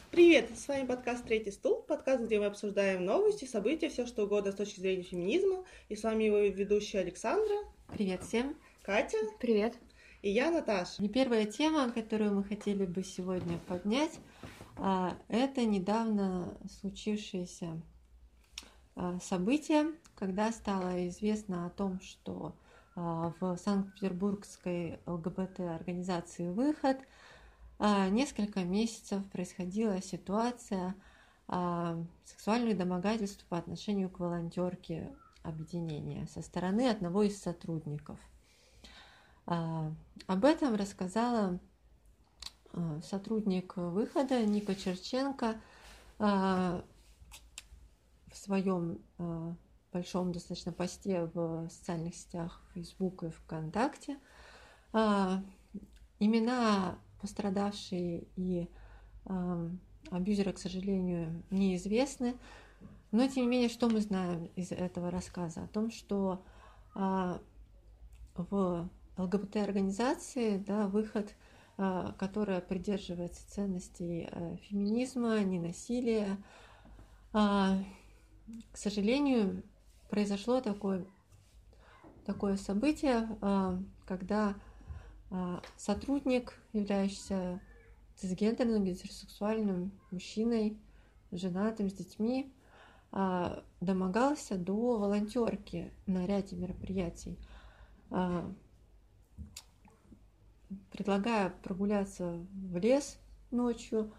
Привет, с вами подкаст «Третий стул», подкаст, где мы обсуждаем новости, события, все что угодно с точки зрения феминизма. И с вами его ведущая Александра, Привет всем. Катя Привет. и я, Наташа. И первая тема, которую мы хотели бы сегодня поднять, это недавно случившееся событие, когда стало известно о том, что в Санкт-Петербургской ЛГБТ-организации «Выход» несколько месяцев происходила ситуация сексуальных домогательств по отношению к волонтерке объединения со стороны одного из сотрудников. Об этом рассказала сотрудник «Выхода» Ника Черченко в своем большом достаточно посте в социальных сетях Facebook и ВКонтакте. Имена пострадавшей и абьюзера, к сожалению, неизвестны. Но, тем не менее, что мы знаем из этого рассказа? О том, что в ЛГБТ-организации, «Выход», которая придерживается ценностей феминизма, ненасилия, к сожалению, произошло такое событие, когда сотрудник, являющийся цисгендерным, гетеросексуальным мужчиной, женатым, с детьми, домогался до волонтерки на ряде мероприятий, предлагая прогуляться в лес ночью,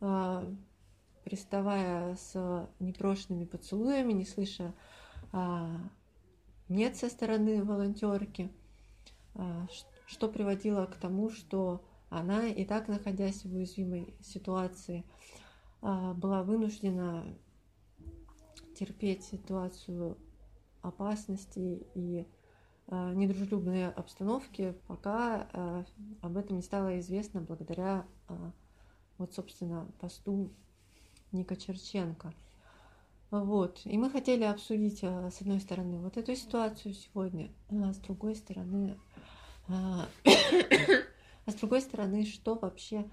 приставая с непрошенными поцелуями, не слыша «нет» со стороны волонтерки, что приводило к тому, что она, и так находясь в уязвимой ситуации, была вынуждена терпеть ситуацию опасности и недружелюбной обстановки, пока об этом не стало известно благодаря собственно, посту Ника Черченко. И мы хотели обсудить, с одной стороны, вот эту ситуацию сегодня, а с другой стороны, что вообще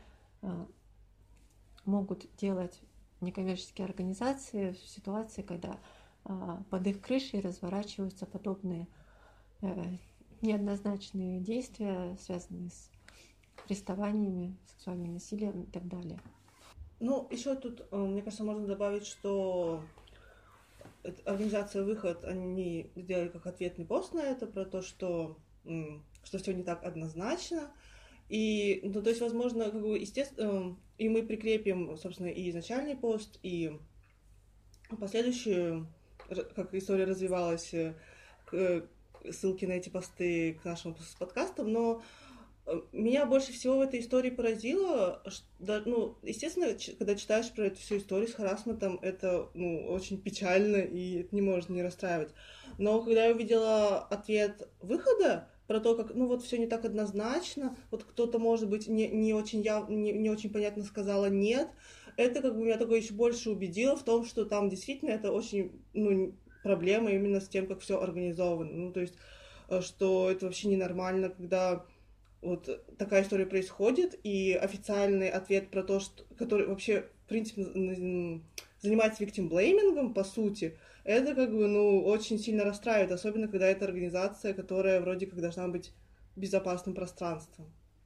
могут делать некоммерческие организации в ситуации, когда под их крышей разворачиваются подобные неоднозначные действия, связанные с приставаниями, сексуальным насилием и так далее. Еще тут, мне кажется, можно добавить, что организация «Выход», они сделали как ответный пост на это, про то, что все не так однозначно. И, то есть, возможно, естественно, и мы прикрепим, собственно, и изначальный пост, и последующую, как история развивалась, ссылки на эти посты к нашему подкастам, но меня больше всего в этой истории поразило, естественно, когда читаешь про эту всю историю с харассментом, это, очень печально, и это не может не расстраивать. Но когда я увидела ответ «Выхода», про то, как, все не так однозначно, кто-то, может быть, не очень понятно сказала «нет», это меня такое еще больше убедило в том, что там действительно это очень, проблема именно с тем, как все организовано. То есть, что это вообще ненормально, когда такая история происходит, и официальный ответ про то, что, который вообще, в принципе, занимается виктимблеймингом, по сути, это очень сильно расстраивает, особенно когда это организация, которая вроде как должна быть безопасным пространством.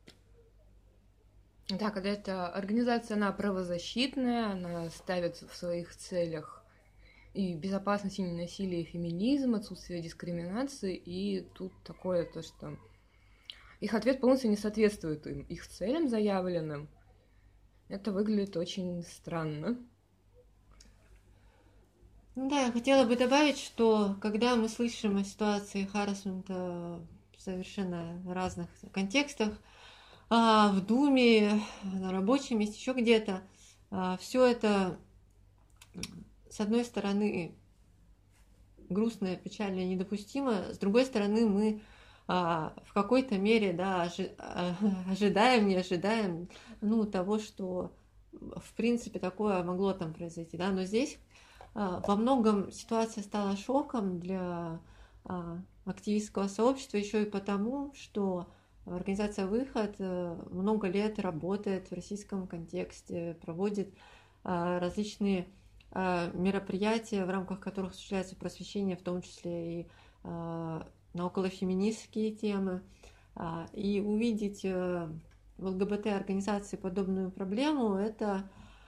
Да, когда эта организация, она правозащитная, она ставит в своих целях и безопасность, и ненасилие, и феминизм, отсутствие дискриминации, и тут такое то, что их ответ полностью не соответствует их целям заявленным. Это выглядит очень странно. Да, я хотела бы добавить, что когда мы слышим о ситуации харассмента в совершенно разных контекстах, в Думе, на рабочем месте, еще где-то, все это, с одной стороны, грустно, печально и недопустимо, с другой стороны, мы в какой-то мере ожидаем, не ожидаем того, что в принципе такое могло там произойти. Но здесь во многом ситуация стала шоком для активистского сообщества еще и потому, что организация «Выход» много лет работает в российском контексте, проводит различные мероприятия, в рамках которых осуществляется просвещение, в том числе и на околофеминистские темы. И увидеть в ЛГБТ-организации подобную проблему – это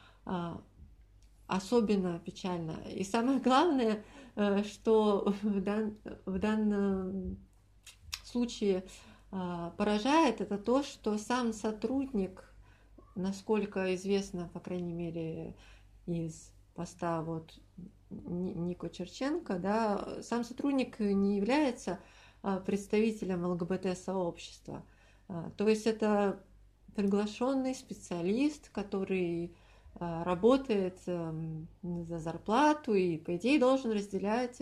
особенно печально. И самое главное, что в данном случае поражает, это то, что сам сотрудник, насколько известно, по крайней мере, из поста вот Нико Черченко, да, сам сотрудник не является представителем ЛГБТ-сообщества. То есть это приглашенный специалист, который работает за зарплату и, по идее, должен разделять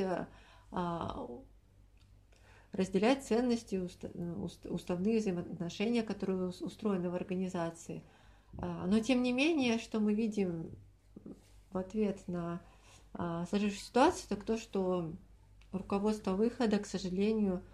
ценности, уставные взаимоотношения, которые устроены в организации. Но, тем не менее, что мы видим в ответ на сложившуюся ситуацию, так то, что руководство выхода, к сожалению,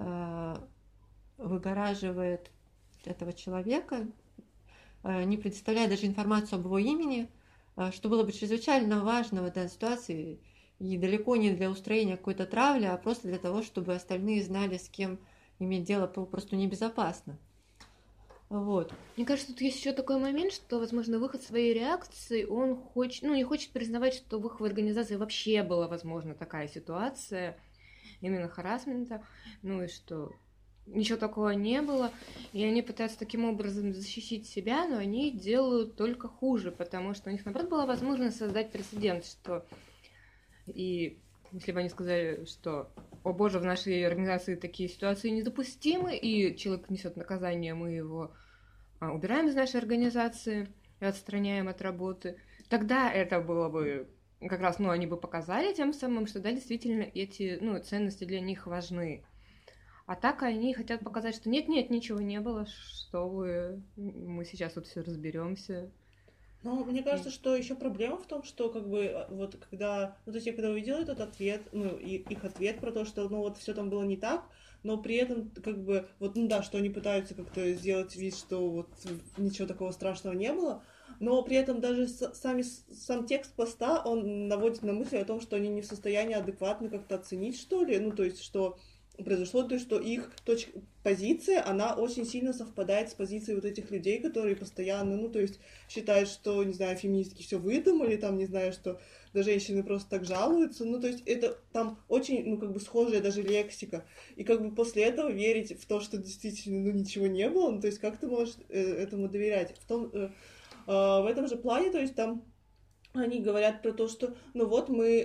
выгораживает этого человека, не предоставляя даже информацию об его имени, что было бы чрезвычайно важно в этой ситуации, и далеко не для устроения какой-то травли, а просто для того, чтобы остальные знали, с кем иметь дело, попросту небезопасно. Вот. Мне кажется, тут есть еще такой момент, что, возможно, выход своей реакции, он не хочет признавать, что в их организации вообще была, возможно, такая ситуация, именно харассмента, и что ничего такого не было, и они пытаются таким образом защитить себя, но они делают только хуже, потому что у них, наоборот, была возможность создать прецедент, что и если бы они сказали, что «О боже, в нашей организации такие ситуации недопустимы, и человек несет наказание, мы его убираем из нашей организации и отстраняем от работы», тогда это было бы как раз, они бы показали тем самым, что да, действительно эти ценности для них важны. А так они хотят показать, что нет, ничего не было, что вы, мы сейчас вот все разберемся. Но мне кажется, что еще проблема в том, что вот когда, то есть я когда увидела этот ответ, и их ответ про то, что вот все там было не так, но при этом что они пытаются как-то сделать вид, что вот ничего такого страшного не было, но при этом даже сам текст поста, он наводит на мысль о том, что они не в состоянии адекватно как-то оценить, что ли, то есть что произошло, то есть что их позиция, она очень сильно совпадает с позицией вот этих людей, которые постоянно, то есть считают, что, не знаю, феминистки все выдумали, там, не знаю, что да, женщины просто так жалуются, то есть это там очень, схожая даже лексика, и после этого верить в то, что действительно, ничего не было, то есть как ты можешь этому доверять? В этом же плане, то есть там они говорят про то, что, мы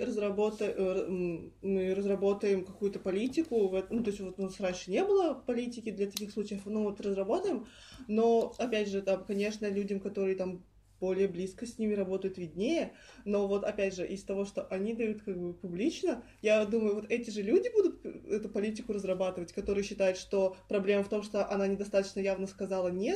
разработаем какую-то политику, то есть вот у нас раньше не было политики для таких случаев, разработаем, но, опять же, там, конечно, людям, которые там более близко с ними работают, виднее, но вот, опять же, из того, что они дают публично, я думаю, вот эти же люди будут эту политику разрабатывать, которые считают, что проблема в том, что она недостаточно явно сказала «нет»,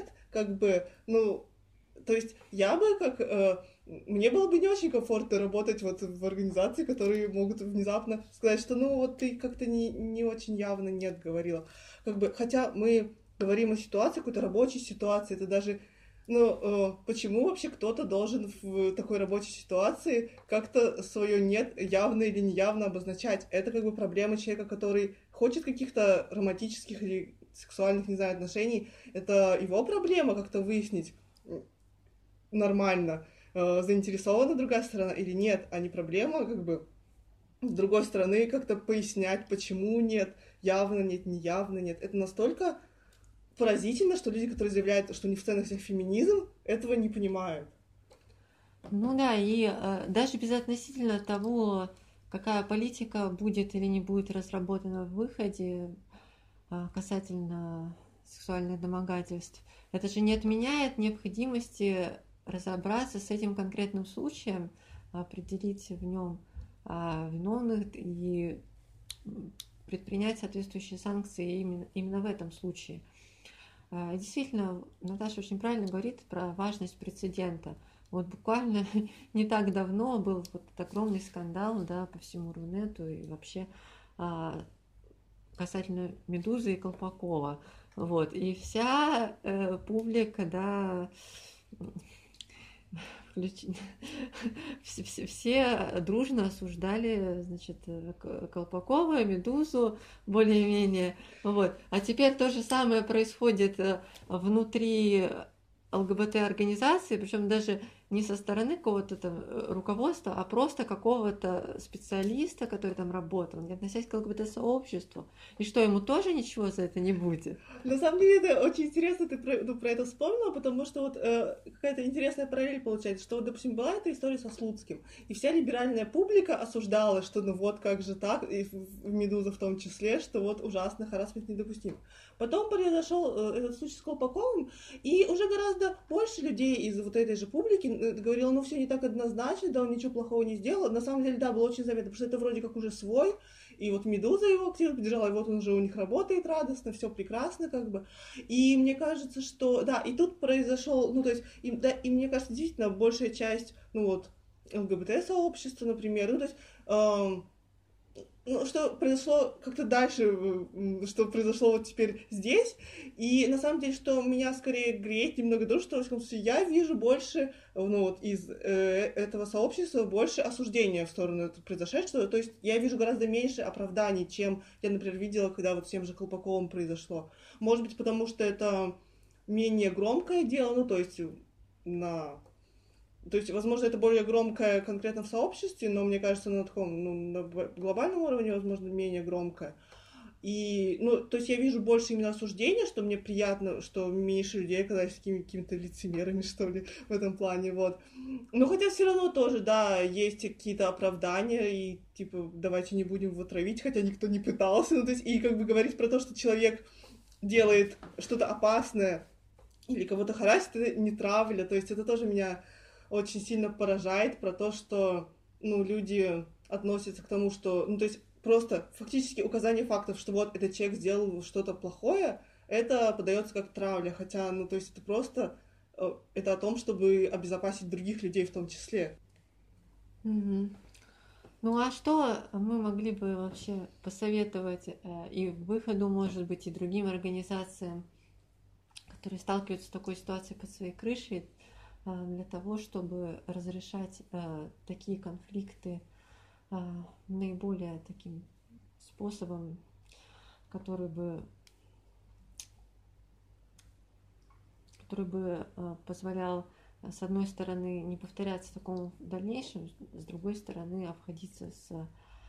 то есть я бы мне было бы не очень комфортно работать вот в организации, которые могут внезапно сказать, что ты как-то не очень явно «нет» говорила. Хотя мы говорим о ситуации, какой-то рабочей ситуации, это даже, почему вообще кто-то должен в такой рабочей ситуации как-то свое «нет» явно или неявно обозначать? Это проблема человека, который хочет каких-то романтических или сексуальных, не знаю, отношений. Это его проблема как-то выяснить нормально, заинтересована другая сторона или нет, а не проблема, с другой стороны, как-то пояснять, почему нет, явно нет, неявно нет. Это настолько поразительно, что люди, которые заявляют, что не в ценностях феминизм, этого не понимают. И даже безотносительно того, какая политика будет или не будет разработана в выходе касательно сексуальных домогательств, это же не отменяет необходимости разобраться с этим конкретным случаем, определить в нем виновных и предпринять соответствующие санкции именно в этом случае. Действительно, Наташа очень правильно говорит про важность прецедента. Вот буквально не так давно был вот этот огромный скандал, да, по всему Рунету и вообще касательно Медузы и Колпакова. Вот. И вся публика, да, все дружно осуждали, значит, Колпакова, Медузу, более-менее. Вот. А теперь то же самое происходит внутри ЛГБТ-организации, причем даже не со стороны какого-то там руководства, а просто какого-то специалиста, который там работал, не относясь к ЛГБТ-сообществу. И что, ему тоже ничего за это не будет? На самом деле, это очень интересно, ты про это вспомнила, потому что вот какая-то интересная параллель получается, что вот, допустим, была эта история со Слуцким, и вся либеральная публика осуждала, что ну вот как же так, и в «Медуза» в том числе, что вот ужасно, харассмент недопустим. Потом произошел этот случай с Колпаковым, и уже гораздо больше людей из вот этой же публики говорило, ну все не так однозначно, да, он ничего плохого не сделал. На самом деле, да, было очень заметно, потому что это вроде как уже свой, и вот «Медуза» его активно поддержала, и вот он уже у них работает радостно, все прекрасно, как бы. И мне кажется, что, да, и тут произошел, ну, то есть, да, и мне кажется, действительно, большая часть, ну, вот, ЛГБТ-сообщества, например, ну, то есть, ну, что произошло как-то дальше, что произошло вот теперь здесь, и на самом деле, что меня скорее греет немного душ, что, в том случае, я вижу больше, ну, вот из этого сообщества больше осуждения в сторону произошедшего, то есть я вижу гораздо меньше оправданий, чем я, например, видела, когда вот с тем же Колпаковым произошло. Может быть, потому что это менее громкое дело, ну, то есть То есть, возможно, это более громкое конкретно в сообществе, но мне кажется, на таком, ну, на глобальном уровне, возможно, менее громкое. И, ну, то есть я вижу больше именно осуждения, что мне приятно, что меньше людей оказались какими-то лицемерами, что ли, в этом плане, вот. Но хотя все равно тоже, да, есть какие-то оправдания, и, типа, давайте не будем его травить, хотя никто не пытался, ну, то есть, и как бы говорить про то, что человек делает что-то опасное или кого-то харасит, это не травля, то есть это тоже меня очень сильно поражает про то, что, ну, люди относятся к тому, что, ну, то есть просто фактически указание фактов, что вот этот человек сделал что-то плохое, это подается как травля, хотя, ну, то есть это просто, это о том, чтобы обезопасить других людей в том числе. Угу. Ну а что мы могли бы вообще посоветовать и выходу, может быть, и другим организациям, которые сталкиваются с такой ситуацией под своей крышей, для того, чтобы разрешать такие конфликты наиболее таким способом, который бы позволял, с одной стороны, не повторяться такому в дальнейшем, с другой стороны, обходиться с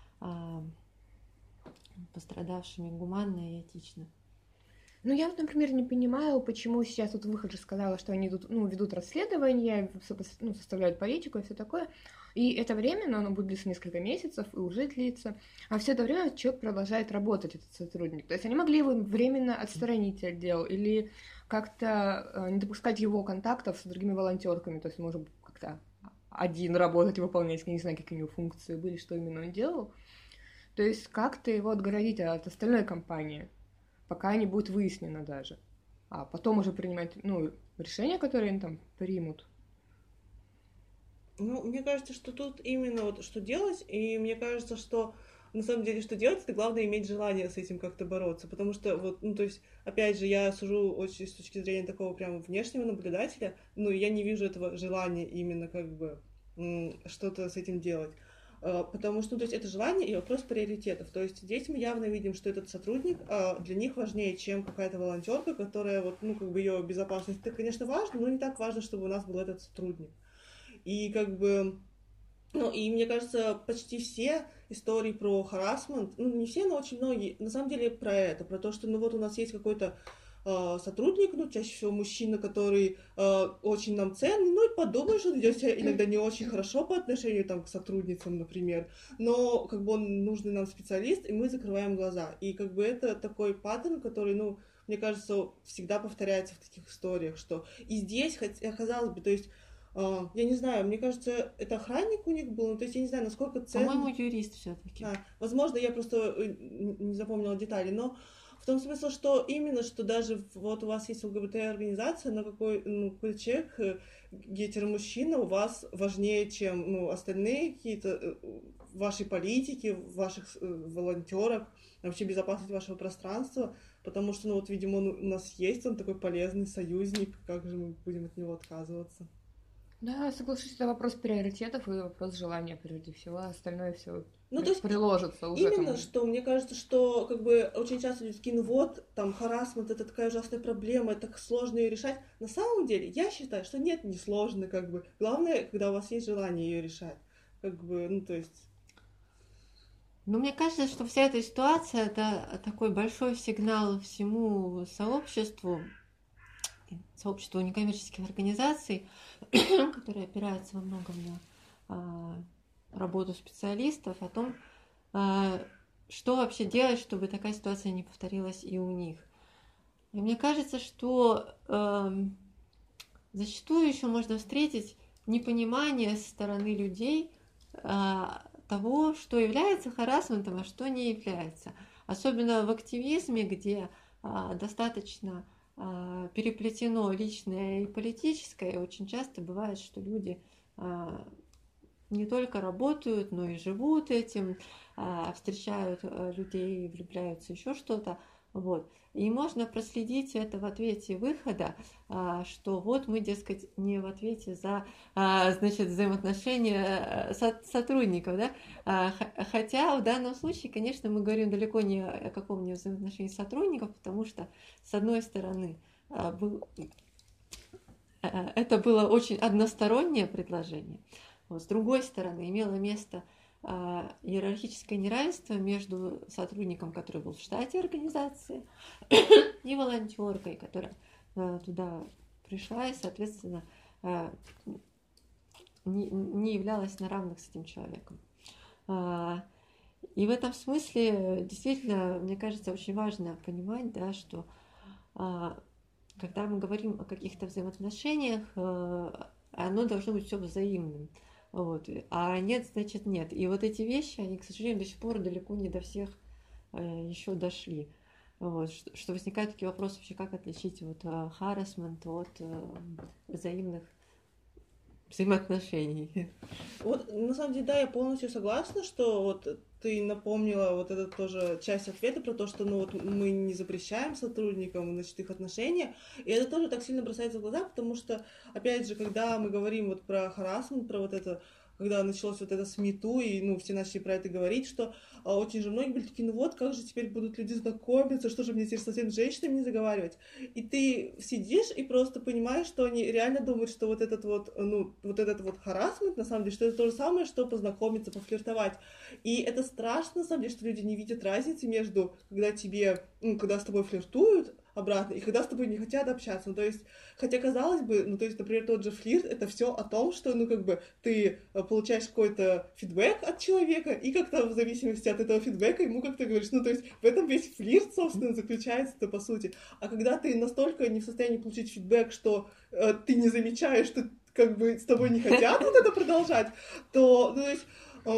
пострадавшими гуманно и этично. Ну, я вот, например, не понимаю, почему сейчас вот Выход же сказала, что они тут, ну, ведут расследование, ну, составляют политику и все такое. И это временно, оно будет длиться несколько месяцев и уже длится. А все это время человек продолжает работать, этот сотрудник. То есть они могли его временно отстранить от дел или как-то не допускать его контактов с другими волонтерками. То есть, может быть, как-то один работать и выполнять, я не знаю, какие у него функции были, что именно он делал. То есть как-то его отгородить от остальной компании, пока не будет выяснено даже. А потом уже принимать, ну, решения, которые они там примут. Ну, мне кажется, что тут именно вот что делать, и мне кажется, что на самом деле, что делать, это главное иметь желание с этим как-то бороться, потому что вот, ну, то есть, опять же, я сужу очень с точки зрения такого прям внешнего наблюдателя, но я не вижу этого желания именно как бы что-то с этим делать. Потому что, ну, то есть, это желание и вопрос приоритетов. То есть, здесь мы явно видим, что этот сотрудник для них важнее, чем какая-то волонтерка, которая, вот, ну, как бы ее безопасность, это, конечно, важно, но не так важно, чтобы у нас был этот сотрудник. И как бы, ну, и мне кажется, почти все истории про харассмент, ну, не все, но очень многие, на самом деле про это, про то, что, ну, вот у нас есть какой-то сотрудник, ну, чаще всего мужчина, который очень нам ценный, ну, и подумаешь, он ведет себя иногда не очень хорошо по отношению, там, к сотрудницам, например, но, как бы, он нужный нам специалист, и мы закрываем глаза. И, как бы, это такой паттерн, который, ну, мне кажется, всегда повторяется в таких историях, что и здесь, хотя, казалось бы, то есть, я не знаю, мне кажется, это охранник у них был, ну, то есть я не знаю, насколько ценно. По-моему, юрист все-таки. Возможно, я просто не запомнила детали, но в том смысле, что именно, что даже вот у вас есть ЛГБТ-организация, но какой человек, гетеромужчина, у вас важнее, чем, ну, остальные какие-то ваши политики, ваших волонтеров, вообще безопасность вашего пространства, потому что, ну, вот, видимо, он у нас есть, он такой полезный союзник, как же мы будем от него отказываться? Да, соглашусь, это вопрос приоритетов и вопрос желания, прежде всего, а остальное все Ну, то есть приложится уже именно там. что, мне кажется, что как бы очень часто люди такие, ну вот, там, харассмент, это такая ужасная проблема, это так сложно ее решать. На самом деле, я считаю, что нет, не сложно, как бы. Главное, когда у вас есть желание ее решать. Как бы, ну, то есть... Но мне кажется, что вся эта ситуация это такой большой сигнал всему сообществу некоммерческих организаций, которые опираются во многом на работу специалистов, о том, что вообще делать, чтобы такая ситуация не повторилась и у них. И мне кажется, что зачастую еще можно встретить непонимание со стороны людей того, что является харассментом, а что не является. Особенно в активизме, где достаточно переплетено личное и политическое, и очень часто бывает, что люди не только работают, но и живут этим, встречают людей, влюбляются, еще что-то. Вот. И можно проследить это в ответе выхода, что вот мы, дескать, не в ответе за, значит, взаимоотношения сотрудников, да? Хотя в данном случае, конечно, мы говорим далеко не о каком-нибудь взаимоотношении сотрудников, потому что, с одной стороны, это было очень одностороннее предложение, вот, с другой стороны, имело место иерархическое неравенство между сотрудником, который был в штате организации, и волонтеркой, которая туда пришла и, соответственно, не являлась на равных с этим человеком. И в этом смысле действительно, мне кажется, очень важно понимать, да, что когда мы говорим о каких-то взаимоотношениях, оно должно быть все взаимным. Вот. А нет, значит нет. И вот эти вещи, они, к сожалению, до сих пор далеко не до всех еще дошли. Вот. Что возникают такие вопросы вообще, как отличить вот харассмент от взаимных взаимоотношений. Вот, на самом деле, да, я полностью согласна, что вот ты напомнила вот эту тоже часть ответа про то, что, ну, вот мы не запрещаем сотрудникам, значит, их отношения, и это тоже так сильно бросается в глаза, потому что, опять же, когда мы говорим вот про харассмент, про вот это, когда началось вот это с МИТУ, и, ну, все начали про это говорить, что очень же многие были такие, ну вот, как же теперь будут люди знакомиться, что же мне теперь совсем с женщинами не заговаривать? И ты сидишь и просто понимаешь, что они реально думают, что вот этот вот, ну, вот этот вот харассмент, на самом деле, что это то же самое, что познакомиться, пофлиртовать. И это страшно, на самом деле, что люди не видят разницы между, когда тебе, ну, когда с тобой флиртуют, обратно, и когда с тобой не хотят общаться. Ну, то есть, хотя, казалось бы, ну, то есть, например, тот же флирт, это все о том, что, ну, как бы, ты получаешь какой-то фидбэк от человека, и как-то в зависимости от этого фидбэка ему как-то говоришь, ну, то есть, в этом весь флирт, собственно, заключается-то, по сути. А когда ты настолько не в состоянии получить фидбэк, что ты не замечаешь, что, как бы, с тобой не хотят вот это продолжать, то, ну, то есть,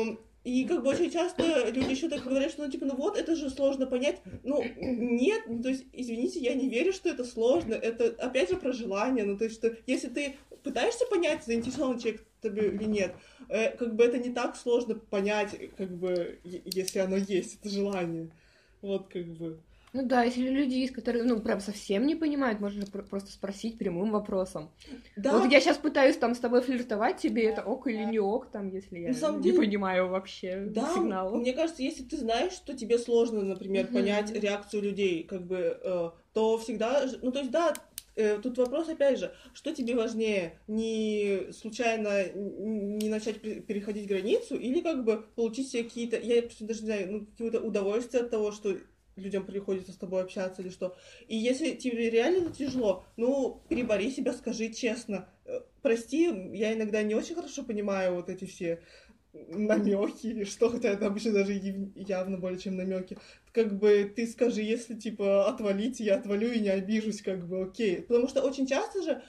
и как бы очень часто люди еще так говорят, что, ну, типа, ну вот, это же сложно понять. Ну, нет, ну, то есть, извините, я не верю, что это сложно. Это, опять же, про желание. Ну, то есть, что если ты пытаешься понять, заинтересован человек тобой или нет, как бы это не так сложно понять, как бы, если оно есть, это желание. Вот, как бы. Ну да, если люди есть, которые, ну, прям совсем не понимают, можно просто спросить прямым вопросом. Да. Вот я сейчас пытаюсь там с тобой флиртовать, тебе это ок или не ок, там, если я не понимаю вообще сигнала. Мне кажется, если ты знаешь, что тебе сложно, например, понять реакцию людей, как бы, то всегда, ну, то есть, да, тут вопрос, опять же, что тебе важнее, не случайно не начать переходить границу или, как бы, получить себе какие-то, я даже не знаю, ну, какое-то удовольствие от того, что людям приходится с тобой общаться или что. И если тебе реально тяжело, ну, перебори себя, скажи честно. Прости, я иногда не очень хорошо понимаю вот эти все намеки или что, хотя это обычно даже явно более чем намеки. Как бы ты скажи, если типа отвалить, я отвалю и не обижусь, как бы окей. Потому что очень часто же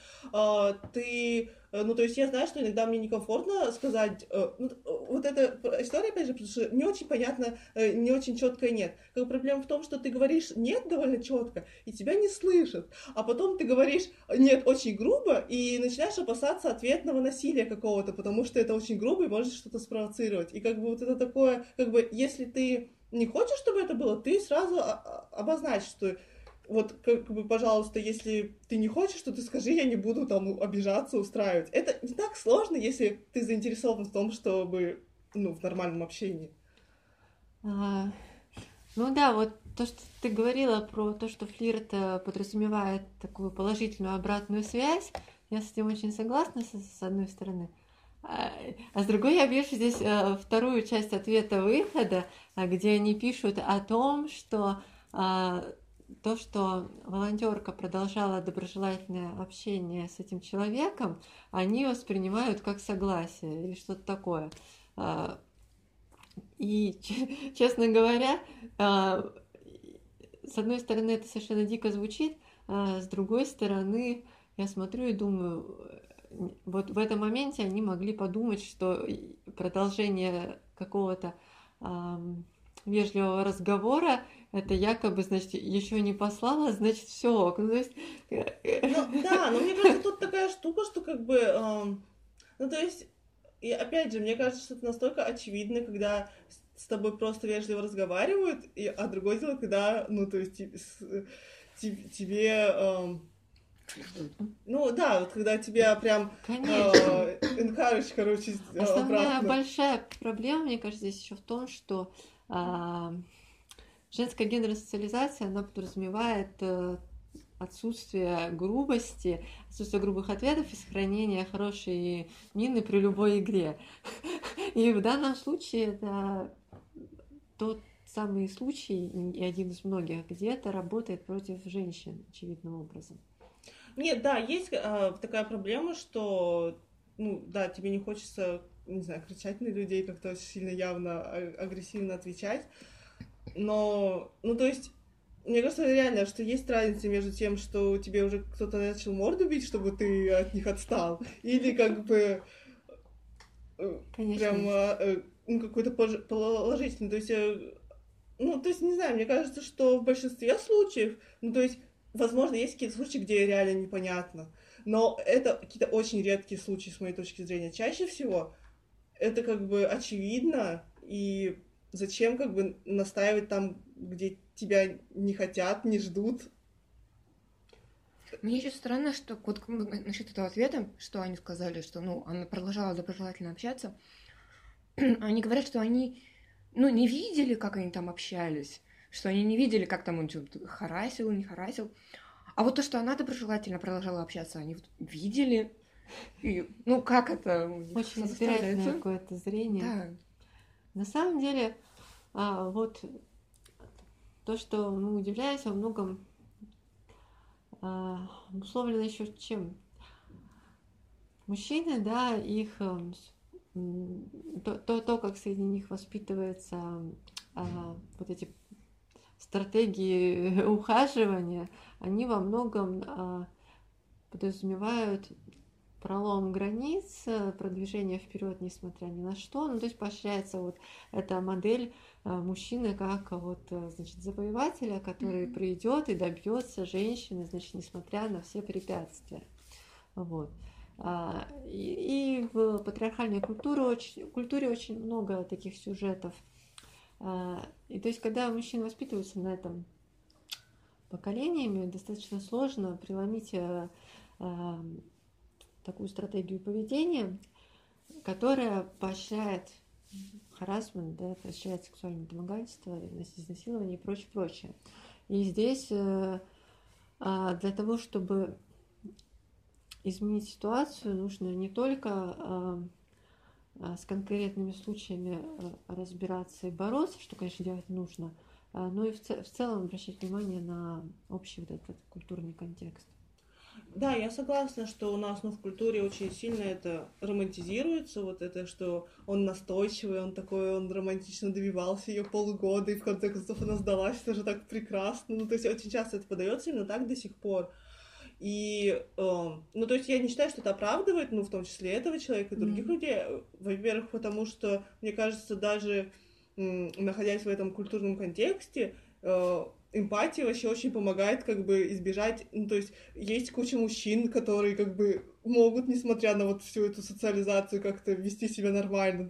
ты, ну то есть я знаю, что иногда мне некомфортно сказать, ну, вот эта история, опять же, потому что не очень понятно, не очень четко нет. Как проблема в том, что ты говоришь нет довольно четко, и тебя не слышат. А потом ты говоришь нет очень грубо, и начинаешь опасаться ответного насилия какого-то, потому что это очень грубо и может что-то спровоцировать. И как бы вот это такое, как бы если ты не хочешь, чтобы это было, ты сразу обозначь, что вот как бы, пожалуйста, если ты не хочешь, то ты скажи, я не буду там обижаться, устраивать. Это не так сложно, если ты заинтересован в том, чтобы, ну, в нормальном общении. А, Ну да, вот то, что ты говорила про то, что флирт подразумевает такую положительную обратную связь, я с этим очень согласна, с одной стороны. А с другой я вижу здесь вторую часть ответа выхода, где они пишут о том, что то, что волонтерка продолжала доброжелательное общение с этим человеком, они воспринимают как согласие или что-то такое. И, честно говоря, с одной стороны, это совершенно дико звучит, а с другой стороны, я смотрю и думаю, вот в этом моменте они могли подумать, что продолжение какого-то вежливого разговора это якобы, значит, еще не послала, значит, все. Ну да, но мне кажется, тут такая штука, что как бы, ну то есть, и опять же, мне кажется, что это настолько очевидно, когда с тобой просто вежливо разговаривают, а другое дело, когда, ну то есть, тебе... Ну да, вот когда тебя прям encourage, короче, Основная обратно. большая проблема, мне кажется, здесь еще в том, что женская гендерная социализация, она подразумевает отсутствие грубости, отсутствие грубых ответов и сохранение хорошей мины при любой игре. И в данном случае это тот самый случай, и один из многих, где это работает против женщин, очевидным образом. Нет, да, есть такая проблема, что, ну, да, тебе не хочется, не знаю, кричать на людей, как-то очень сильно явно агрессивно отвечать, но, ну, то есть, мне кажется, реально, что есть разница между тем, что тебе уже кто-то начал морду бить, чтобы ты от них отстал, или как бы Конечно. прям ну, какой-то положительный, то есть, ну, то есть, не знаю, мне кажется, что в большинстве случаев, ну, то есть, возможно, есть какие-то случаи, где реально непонятно, но это какие-то очень редкие случаи, с моей точки зрения. Чаще всего это как бы очевидно, и зачем как бы настаивать там, где тебя не хотят, не ждут. Мне еще странно, что вот насчет этого ответа, что они сказали, что, ну, она продолжала доброжелательно общаться, они говорят, что они, ну, не видели, как они там общались, что они не видели, как там он что-то харасил, не харасил. А вот то, что она доброжелательно продолжала общаться, они вот видели. И, ну, как это? Очень избирательное какое-то зрение. Да. На самом деле, вот то, что мы удивляемся, во многом обусловлено еще чем? Мужчины, да, их то, как среди них воспитываются вот эти стратегии ухаживания, они во многом подразумевают пролом границ, продвижение вперед, несмотря ни на что. Ну, то есть поощряется вот эта модель мужчины как вот, значит, завоевателя, который придет и добьется женщины, значит, несмотря на все препятствия. Вот. И в патриархальной культуре очень много таких сюжетов. И то есть, когда мужчины воспитываются на этом поколениями, достаточно сложно преломить такую стратегию поведения, которая поощряет харассмент, да, поощряет сексуальное домогательство, изнасилование и прочее. И здесь для того, чтобы изменить ситуацию, нужно не только с конкретными случаями разбираться и бороться, что, конечно, делать нужно, но и в целом обращать внимание на общий вот этот культурный контекст. Да, я согласна, что у нас, ну, в культуре очень сильно это романтизируется, вот это, что он настойчивый, он такой, он романтично добивался ее полгода, и в конце концов она сдалась, это же так прекрасно, ну, то есть очень часто это подается именно так до сих пор. И, ну, то есть я не считаю, что это оправдывает, ну, в том числе этого человека и других людей, во-первых, потому что, мне кажется, даже находясь в этом культурном контексте, эмпатия вообще очень помогает как бы избежать, ну, то есть есть куча мужчин, которые как бы могут, несмотря на вот всю эту социализацию, как-то вести себя нормально, то есть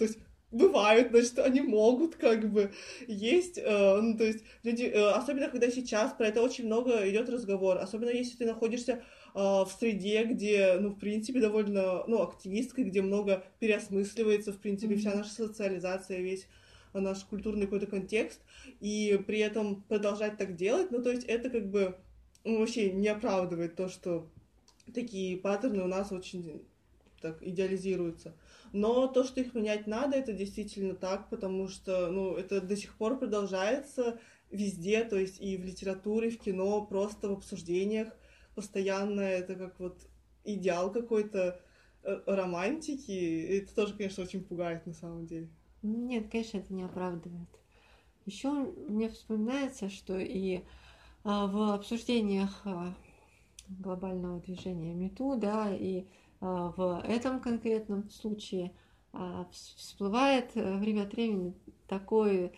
бывают, значит, они могут, как бы, есть, ну, то есть, люди, особенно, когда сейчас про это очень много идет разговор, особенно если ты находишься в среде, где, ну, в принципе, довольно, ну, активистской, где много переосмысливается, в принципе, вся наша социализация, весь наш культурный какой-то контекст, и при этом продолжать так делать, ну, то есть, это, как бы, ну, вообще не оправдывает то, что такие паттерны у нас очень так идеализируются. Но то, что их менять надо, это действительно так, потому что, ну, это до сих пор продолжается везде, то есть и в литературе, в кино, просто в обсуждениях постоянно, это как вот идеал какой-то романтики, и это тоже, конечно, очень пугает на самом деле. Нет, конечно, это не оправдывает. Еще мне вспоминается, что и в обсуждениях глобального движения МИТУ, да, и в этом конкретном случае всплывает время от времени такой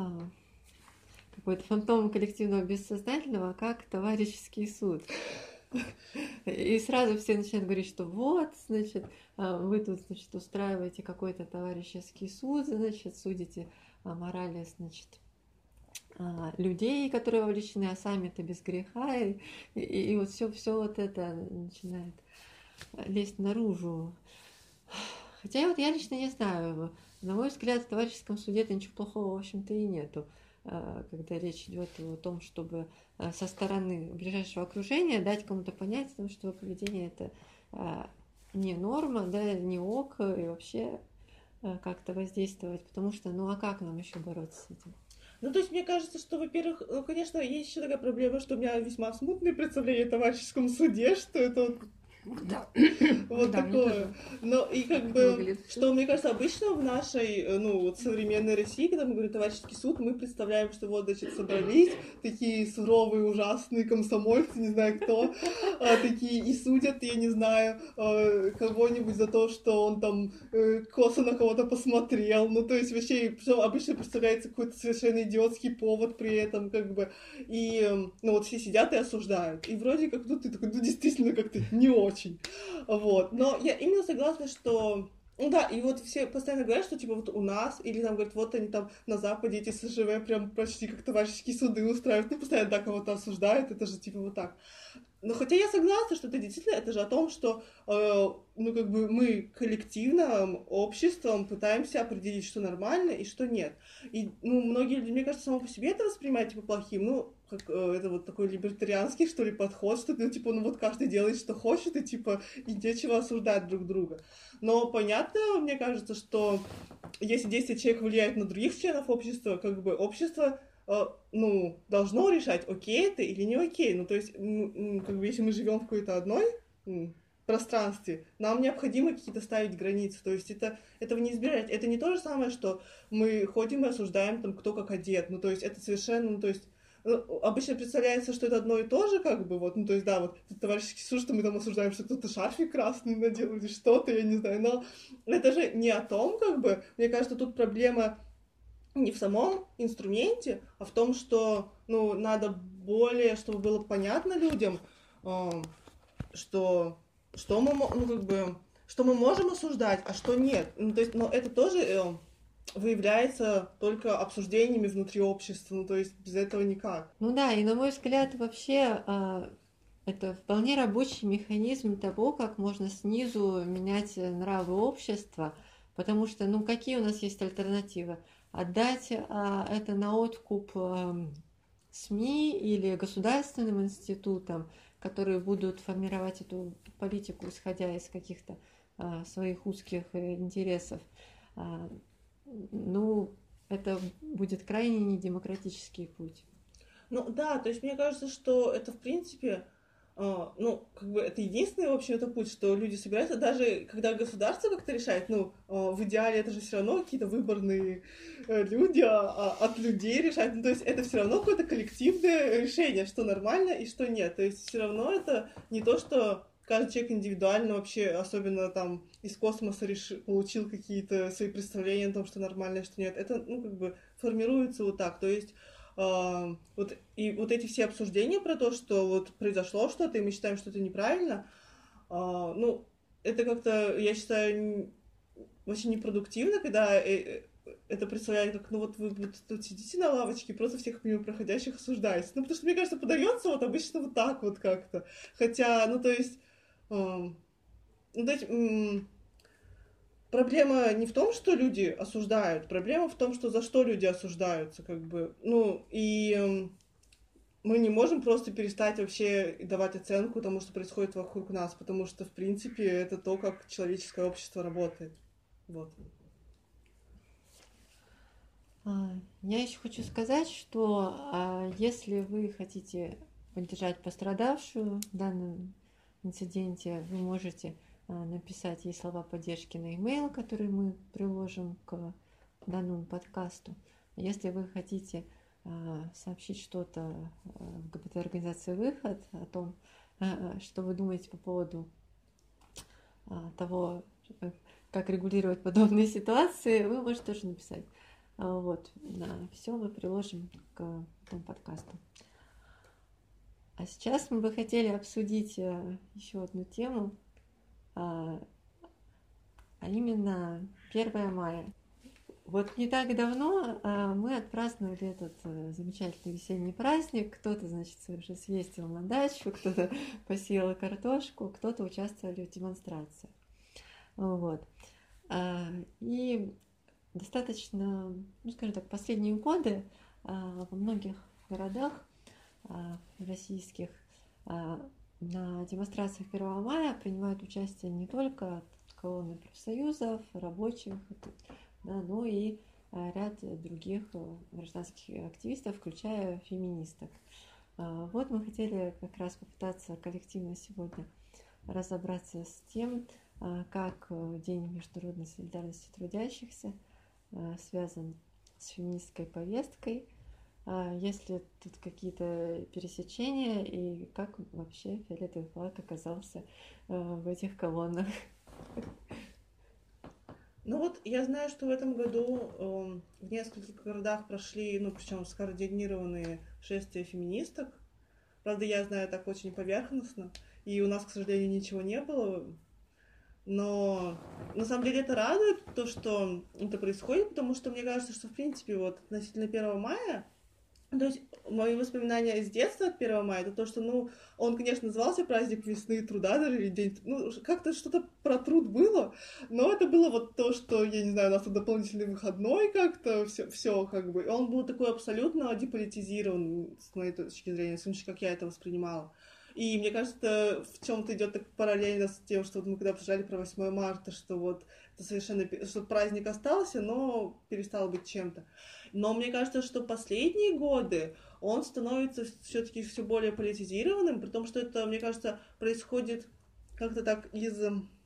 какой-то фантом коллективного бессознательного, как товарищеский суд. И сразу все начинают говорить, что вот, значит, вы тут, значит, устраиваете какой-то товарищеский суд, значит, судите о морали, значит, людей, которые вовлечены, а сами-то без греха, и вот все вот это начинает лезть наружу. Хотя вот я лично не знаю, на мой взгляд, в товарищеском суде-то ничего плохого, в общем-то, и нету, когда речь идет о том, чтобы со стороны ближайшего окружения дать кому-то понять, что поведение это не норма, да, не ок, и вообще как-то воздействовать, потому что, ну а как нам еще бороться с этим? Ну, то есть, мне кажется, что, во-первых, ну, конечно, есть еще такая проблема, что у меня весьма смутные представления о товарищеском суде, что это вот Да. вот Да, такое. Но и как бы, что мне кажется, обычно в нашей, ну, вот современной России, когда мы говорим товарищеский суд, мы представляем, что вот, значит, собрались такие суровые, ужасные комсомольцы, не знаю кто, такие и судят, я не знаю, кого-нибудь за то, что он там косо на кого-то посмотрел. Ну, то есть вообще, причем обычно представляется какой-то совершенно идиотский повод при этом, как бы, и, ну, вот все сидят и осуждают. И вроде как, ну, ты такой, ну, действительно, как-то не очень. Вот. Но я именно согласна, что... Ну да, и вот все постоянно говорят, что типа вот у нас, или там говорят, вот они там на Западе, эти СЖВ прям почти как товарищеские суды устраивают, ну постоянно так кого-то осуждают, это же типа вот так. Но хотя я согласна, что это действительно, это же о том, что, ну как бы мы коллективным обществом пытаемся определить, что нормально и что нет. И, ну, многие люди, мне кажется, само по себе это воспринимают типа плохим, ну, как это вот такой либертарианский, что ли, подход, что, ну, типа, ну, вот каждый делает, что хочет, и, типа, и нечего осуждать друг друга. Но понятно, мне кажется, что если действие человека влияет на других членов общества, как бы общество, ну, должно решать, окей это или не окей. Ну, то есть, как бы, если мы живем в какой-то одной пространстве, нам необходимо какие-то ставить границы. То есть этого не избежать. Это не то же самое, что мы ходим и осуждаем, там, кто как одет. Ну, то есть, это совершенно, ну, то есть, обычно представляется, что это одно и то же, как бы, вот, ну, то есть, да, вот, товарищеский суд, что мы там осуждаем, что кто-то шарфик красный надел или что-то, я не знаю, но это же не о том, как бы, мне кажется, тут проблема не в самом инструменте, а в том, что, ну, надо более, чтобы было понятно людям, что мы, ну, как бы, что мы можем осуждать, а что нет. Ну, то есть, но это тоже выявляется только обсуждениями внутри общества, ну, то есть без этого никак. Ну да, и на мой взгляд, вообще это вполне рабочий механизм того, как можно снизу менять нравы общества, потому что, ну, какие у нас есть альтернативы? Отдать это на откуп СМИ или государственным институтам, которые будут формировать эту политику, исходя из каких-то своих узких интересов. Ну, это будет крайне недемократический путь. Ну да, то есть мне кажется, что это в принципе, ну, как бы это единственный, в общем, это путь, что люди собираются, даже когда государство как-то решает, ну, в идеале это же все равно какие-то выборные люди от людей решают, ну, то есть это все равно какое-то коллективное решение, что нормально и что нет, то есть все равно это не то, что каждый человек индивидуально вообще, особенно там из космоса получил какие-то свои представления о том, что нормально, что нет. Это, ну, как бы формируется вот так. То есть вот, и вот эти все обсуждения про то, что вот произошло что-то, и мы считаем, что это неправильно, ну, это как-то, я считаю, очень непродуктивно, когда это представляет, как, ну вот вы тут сидите на лавочке, просто всех мимо проходящих осуждаете. Ну, потому что, мне кажется, подается вот обычно вот так вот как-то. Хотя, ну, то есть, проблема не в том, что люди осуждают, проблема в том, что за что люди осуждаются, как бы. Ну, и мы не можем просто перестать вообще давать оценку тому, что происходит вокруг нас, потому что, в принципе, это то, как человеческое общество работает. Вот. Я еще хочу сказать, что если вы хотите поддержать пострадавшую в данном инциденте, вы можете написать ей слова поддержки на e-mail, который мы приложим к данному подкасту. Если вы хотите сообщить что-то в ГБТ-организации «Выход» о том, что вы думаете по поводу того, как регулировать подобные ситуации, вы можете тоже написать. Вот, все мы приложим к этому подкасту. А сейчас мы бы хотели обсудить еще одну тему, а именно 1 мая. Вот не так давно мы отпраздновали этот замечательный весенний праздник. Кто-то, значит, уже съездил на дачу, кто-то посеял картошку, кто-то участвовал в демонстрации. Вот. И достаточно, ну, скажем так, последние годы во многих городах российских на демонстрациях 1 мая принимают участие не только колонны профсоюзов, рабочих, да, но и ряд других гражданских активистов, включая феминисток. Вот мы хотели как раз попытаться коллективно сегодня разобраться с тем, как День международной солидарности трудящихся связан с феминистской повесткой, есть ли тут какие-то пересечения и как вообще фиолетовый флаг оказался в этих колоннах. Ну вот я знаю, что в этом году в нескольких городах прошли, ну причем скоординированные шествия феминисток. Правда, я знаю так очень поверхностно, и у нас, к сожалению, ничего не было. Но на самом деле это радует, то, что это происходит, потому что мне кажется, что в принципе вот относительно 1 мая, то есть мои воспоминания из детства от 1 мая, это то, что, ну, он, конечно, назывался праздник весны и труда, даже или день, ну, как-то что-то про труд было, но это было вот то, что, я не знаю, у нас тут дополнительный выходной как-то, все как бы, и он был такой абсолютно деполитизирован, с моей точки зрения, в смысле, как я это воспринимала. И мне кажется, это в чем-то идет так параллельно с тем, что вот мы когда обсуждали про 8 марта, что вот это совершенно, что праздник остался, но перестал быть чем-то. Но мне кажется, что последние годы он становится все-таки все более политизированным, при том, что это, мне кажется, происходит как-то так из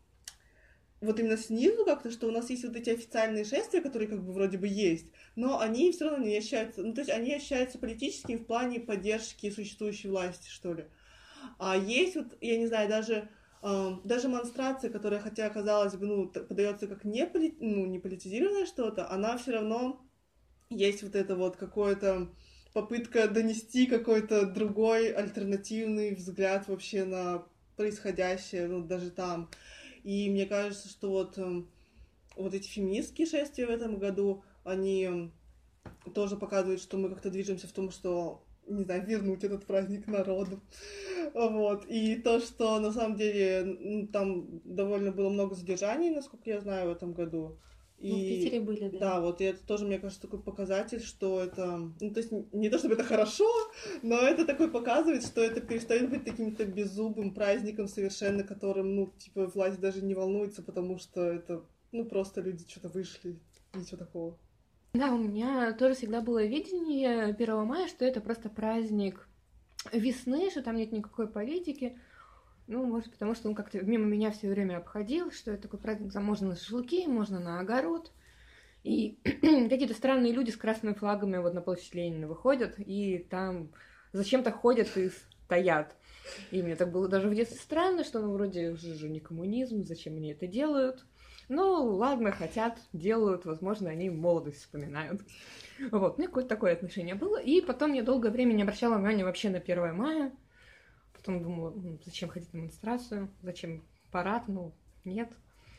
вот именно снизу как-то, что у нас есть вот эти официальные шествия, которые как бы вроде бы есть, но они все равно не ощущаются, ну то есть они ощущаются политическими в плане поддержки существующей власти, что ли. А есть вот, я не знаю, даже монстрация, которая, хотя, казалось бы, ну, подается как не политизированное что-то, она все равно есть вот это вот какое-то попытка донести какой-то другой альтернативный взгляд вообще на происходящее, ну, даже там. И мне кажется, что вот эти феминистские шествия в этом году, они тоже показывают, что мы как-то движемся в том, что, не знаю, вернуть этот праздник народу. Вот. И то, что на самом деле там довольно было много задержаний, насколько я знаю, в этом году. И, в Питере были, да. Да, вот, и это тоже, мне кажется, такой показатель, что это... Ну, то есть не то, чтобы это хорошо, но это такой показывает, что это перестает быть таким-то беззубым праздником совершенно, которым, ну, типа, власть даже не волнуется, потому что это, ну, просто люди что-то вышли, ничего такого. Да, у меня тоже всегда было видение 1 мая, что это просто праздник весны, что там нет никакой политики. Ну, может, потому что он как-то мимо меня все время обходил, что это такой праздник, можно на шашлыки, можно на огород. И какие-то странные люди с красными флагами вот на площадь Ленина выходят, и там зачем-то ходят и стоят. И мне так было даже в детстве странно, что, ну, вроде же не коммунизм, зачем они это делают? Ну, ладно, хотят, делают, возможно, они молодость вспоминают. Вот, ну, какое-то такое отношение было. И потом я долгое время не обращала внимания вообще на 1 мая. Потом думала, зачем ходить на демонстрацию, зачем парад, ну, нет.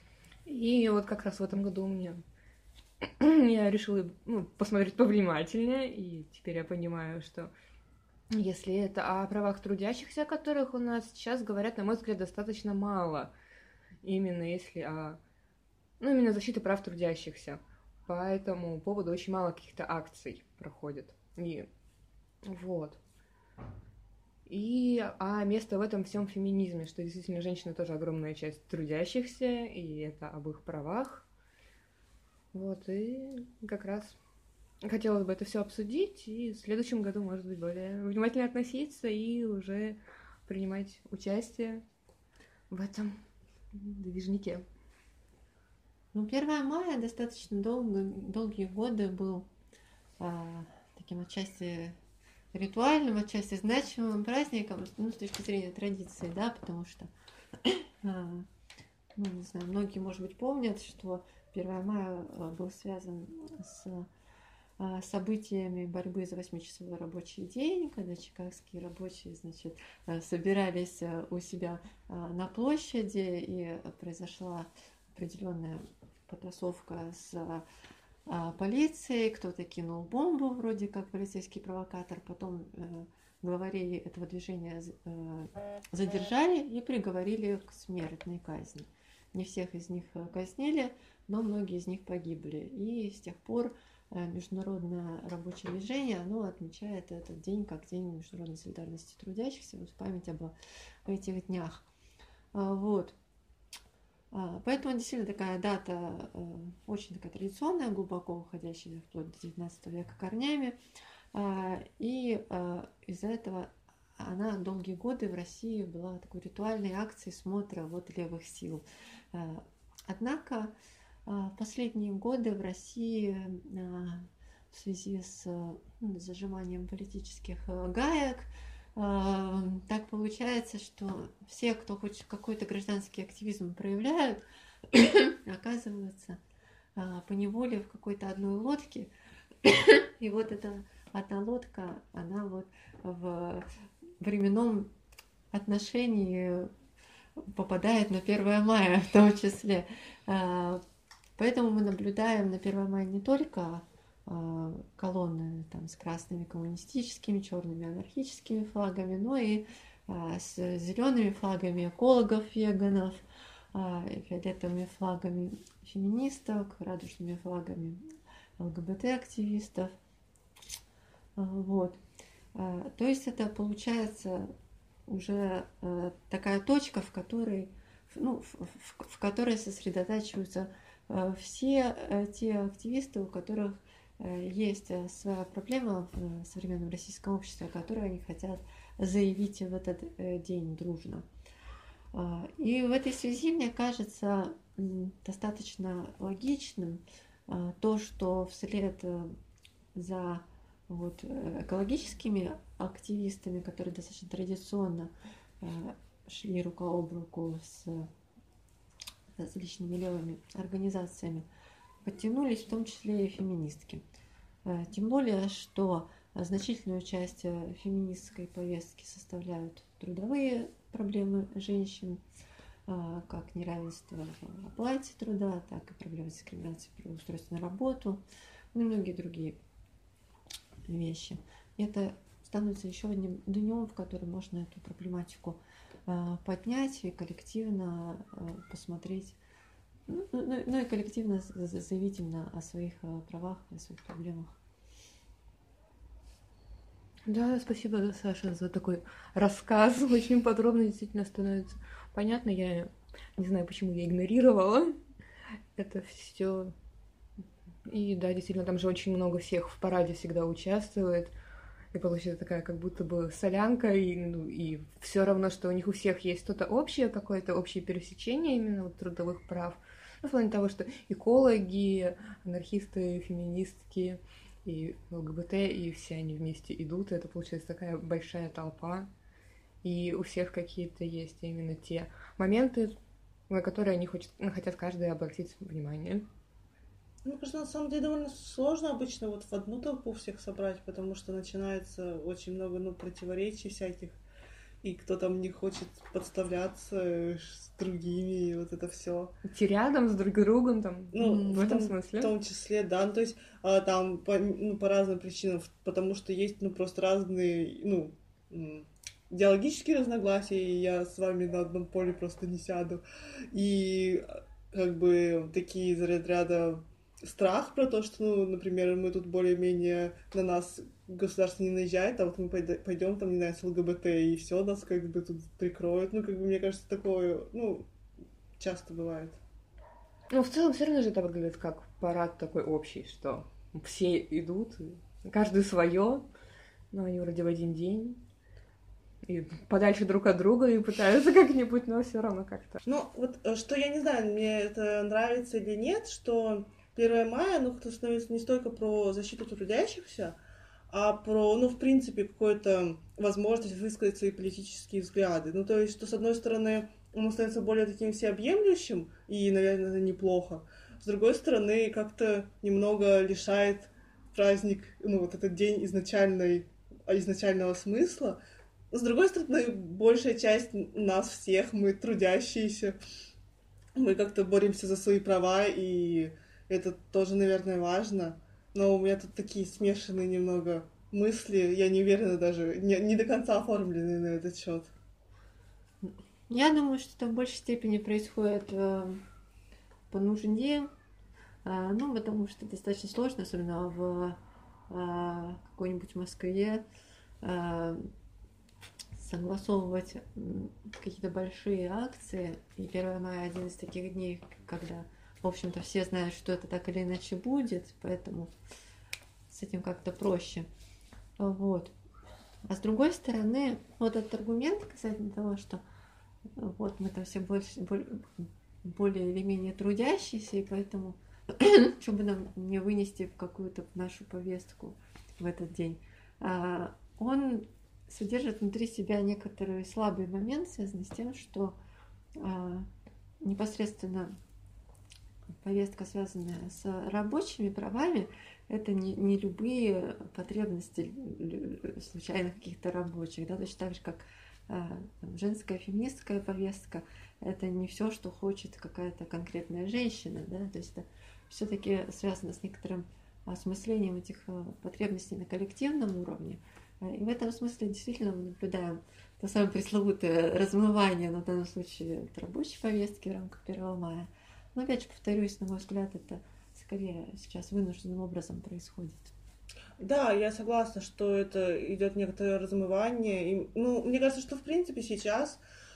И вот как раз в этом году я решила посмотреть повнимательнее, и теперь я понимаю, что если это о правах трудящихся, о которых у нас сейчас говорят, на мой взгляд, достаточно мало, именно если именно защиты прав трудящихся. По этому поводу очень мало каких-то акций проходит. И вот. А место в этом всем феминизме, что действительно женщины тоже огромная часть трудящихся, и это об их правах. Вот, и как раз хотелось бы это все обсудить, и в следующем году, может быть, более внимательно относиться и уже принимать участие в этом движнике. 1 мая достаточно долгие годы был таким отчасти ритуальным, отчасти значимым праздником, с точки зрения традиции, да, потому что, не знаю, многие, может быть, помнят, что 1 мая был связан с событиями борьбы за 8-часовой рабочий день, когда чикагские рабочие, собирались у себя на площади, и произошла определенная потасовка с полицией, кто-то кинул бомбу, вроде как полицейский провокатор, потом главарей этого движения задержали и приговорили к смертной казни. Не всех из них казнили, но многие из них погибли. И с тех пор Международное рабочее движение, оно отмечает этот день как День международной солидарности трудящихся, в память об этих днях. Вот. Поэтому действительно такая дата очень такая традиционная, глубоко уходящая вплоть до 19 века корнями. И из-за этого она долгие годы в России была такой ритуальной акцией смотра левых сил. Однако в последние годы в России в связи с зажиманием политических гаек так получается, что все, кто хоть какой-то гражданский активизм проявляют, оказываются поневоле в какой-то одной лодке. И вот эта одна лодка, она в временном отношении попадает на 1 мая в том числе. Поэтому мы наблюдаем на 1 мая не только колонны с красными коммунистическими, черными анархическими флагами, но и с зелеными флагами экологов, веганов, фиолетовыми флагами феминисток, радужными флагами ЛГБТ-активистов. Вот. То есть это получается уже такая точка, в которой сосредотачиваются все те активисты, у которых есть своя проблема в современном российском обществе, которую они хотят заявить в этот день дружно. И в этой связи, мне кажется, достаточно логичным то, что вслед за экологическими активистами, которые достаточно традиционно шли рука об руку с различными левыми организациями, подтянулись в том числе и феминистки. Тем более, что значительную часть феминистской повестки составляют трудовые проблемы женщин, как неравенство в оплате труда, так и проблемы дискриминации при устройстве на работу, и многие другие вещи. И это становится еще одним днем, в который можно эту проблематику поднять и коллективно посмотреть, и коллективно заявить именно о своих правах, о своих проблемах. Да, спасибо, Саша, за такой рассказ. Очень подробно действительно становится понятно. Я не знаю, почему я игнорировала это все. И да, действительно, там же очень много всех в параде всегда участвует. И получается такая как будто бы солянка, и все равно, что у них у всех есть что-то общее, какое-то общее пересечение именно трудовых прав. В плане того, что экологи, анархисты, феминистки и ЛГБТ, и все они вместе идут, и это получается такая большая толпа, и у всех какие-то есть именно те моменты, на которые они хотят каждый обратить внимание. Мне кажется, на самом деле довольно сложно обычно в одну толпу всех собрать, потому что начинается очень много противоречий всяких и кто там не хочет подставляться с другими, и вот это все. Идти рядом с друг другом, там, Ну, в этом смысле. В том числе, да, ну, то есть там по разным причинам, потому что есть, ну, просто разные, ну, идеологические разногласия, и я с вами на одном поле просто не сяду. И как бы такие из разряда страх про то, что, ну, например, мы тут более-менее на нас государство не наезжает, а вот мы пойдем там, не знаю, с ЛГБТ, и все нас как бы тут прикроют. Ну, как бы, мне кажется, такое, ну, часто бывает. Ну, в целом, все равно же это выглядит как парад такой общий, что все идут, каждый свое, но они вроде в один день. И подальше друг от друга и пытаются как-нибудь, но все равно как-то. Ну, вот что я не знаю, мне это нравится или нет, что 1 мая, ну, становится не столько про защиту трудящихся, а про, ну, в принципе, какую-то возможность высказать свои политические взгляды. Ну, то есть, что, с одной стороны, он становится более таким всеобъемлющим, и, наверное, это неплохо. С другой стороны, как-то немного лишает праздник, ну, вот этот день изначального смысла. С другой стороны, большая часть нас всех, мы трудящиеся, мы как-то боремся за свои права, и это тоже, наверное, важно. Но у меня тут такие смешанные немного мысли, я не уверена даже, не до конца оформлены на этот счет. Я думаю, что это в большей степени происходит по нужде, ну, потому что достаточно сложно, особенно в какой-нибудь Москве, согласовывать какие-то большие акции. И 1 мая один из таких дней, когда, в общем-то, все знают, что это так или иначе будет, поэтому с этим как-то проще. Вот. А с другой стороны, вот этот аргумент касательно того, что вот мы там все более или менее трудящиеся, и поэтому что бы нам не вынести в какую-то нашу повестку в этот день, он содержит внутри себя некоторый слабый момент, связанный с тем, что непосредственно повестка, связанная с рабочими правами, это не любые потребности случайных каких-то рабочих, да, точно так же, как женская феминистская повестка, это не все, что хочет какая-то конкретная женщина, да, то есть это все-таки связано с некоторым осмыслением этих потребностей на коллективном уровне. И в этом смысле действительно мы наблюдаем то самое пресловутое размывание, на данном случае, от рабочей повестки в рамках 1 мая. Но опять же, повторюсь, на мой взгляд, это скорее сейчас вынужденным образом происходит. Да, я согласна, что это идет некоторое размывание. И, ну, мне кажется, что в принципе сейчас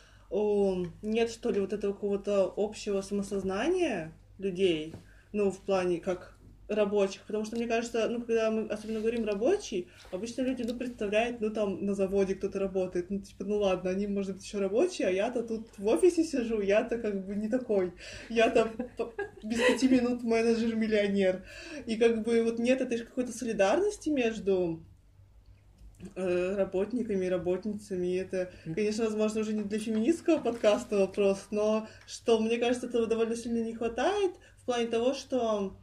нет, что ли, вот этого какого-то общего самосознания людей, ну, в плане как рабочих, потому что, мне кажется, ну, когда мы особенно говорим рабочий, обычно люди, ну, представляют, ну, там, на заводе кто-то работает, ну, типа, ну, ладно, они, может быть, еще рабочие, а я-то тут в офисе сижу, я-то как бы не такой, я-то без 5 минут менеджер-миллионер, и как бы вот нет этой какой-то солидарности между работниками и работницами. И это, конечно, возможно, уже не для феминистского подкаста вопрос, но что, мне кажется, этого довольно сильно не хватает в плане того, что,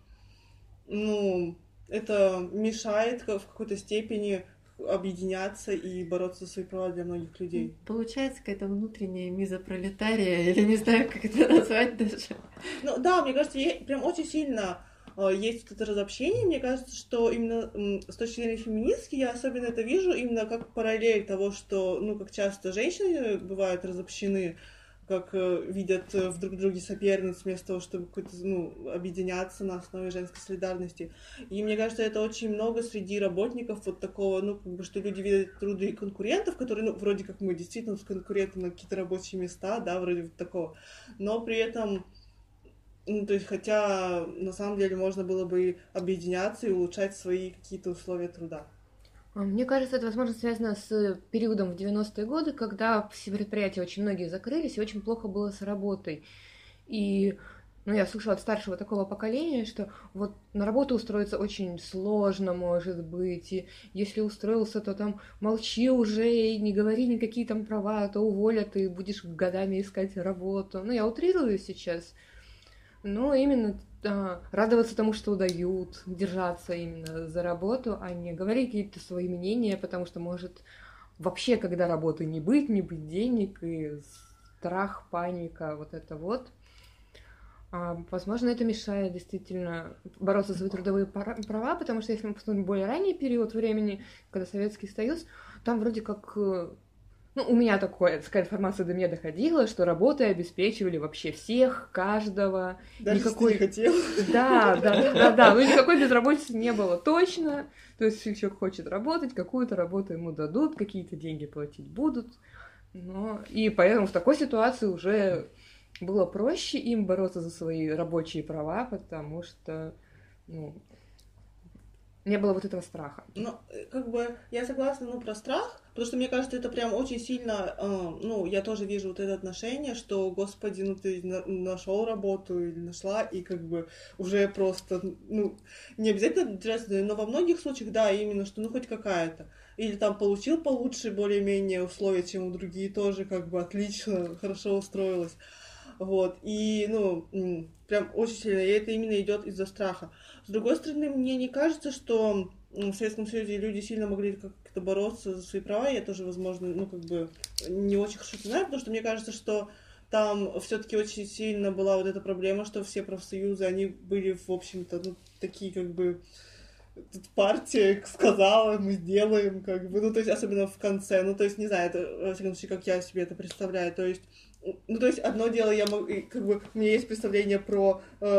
ну, это мешает в какой-то степени объединяться и бороться за свои права для многих людей. Получается какая-то внутренняя мизопролетария, или не знаю, как это назвать даже. Ну да, мне кажется, прям очень сильно есть вот это разобщение. Мне кажется, что именно с точки зрения феминистки я особенно это вижу именно как параллель того, что, ну, как часто женщины бывают разобщены, как видят в друг друге соперниц вместо того, чтобы какой-то, ну, объединяться на основе женской солидарности. И мне кажется, это очень много среди работников вот такого, ну, как бы, что люди видят друг друга конкурентов, которые, ну, вроде как мы действительно с конкурентом на какие-то рабочие места, да, вроде вот такого, но при этом, ну, то есть, хотя на самом деле можно было бы объединяться и улучшать свои какие-то условия труда. Мне кажется, это, возможно, связано с периодом в 90-е годы, когда все предприятия очень многие закрылись, и очень плохо было с работой. И, ну, я слышала от старшего такого поколения, что вот на работу устроиться очень сложно, может быть, и если устроился, то там молчи уже и не говори никакие там права, а то уволят, и будешь годами искать работу. Ну, я утрирую сейчас, но именно радоваться тому, что дают, держаться именно за работу, а не говорить какие-то свои мнения, потому что, может, вообще, когда работы не быть денег, и страх, паника, вот это вот. Возможно, это мешает действительно бороться за свои трудовые права, потому что если мы посмотрим более ранний период времени, когда Советский Союз, там вроде как... Ну, у меня такая информация до меня доходила, что работы обеспечивали вообще всех, каждого. Даже никакой... если не хотел. Да. Ну, никакой безработицы не было точно. То есть, если человек хочет работать, какую-то работу ему дадут, какие-то деньги платить будут. И поэтому в такой ситуации уже было проще им бороться за свои рабочие права, потому что, не было вот этого страха. Ну, как бы, я согласна, про страх, потому что мне кажется, это прям очень сильно, я тоже вижу вот это отношение, что, господи, ты нашел работу или нашла, и как бы уже просто, не обязательно интересно, но во многих случаях, да, именно, что, хоть какая-то. Или там получил получше более-менее условия, чем у другие, тоже как бы отлично, хорошо устроилась. Вот, и, прям очень сильно, и это именно идет из-за страха. С другой стороны, мне не кажется, что в Советском Союзе люди сильно могли как-то бороться за свои права, я тоже, возможно, не очень хорошо знаю, потому что мне кажется, что там все-таки очень сильно была вот эта проблема, что все профсоюзы, они были, в общем-то, такие как бы... Тут партия сказала, мы сделаем, как бы, то есть, особенно в конце, то есть, не знаю, это, во всяком случае, как я себе это представляю, то есть, одно дело, я могу, как бы, у меня есть представление про,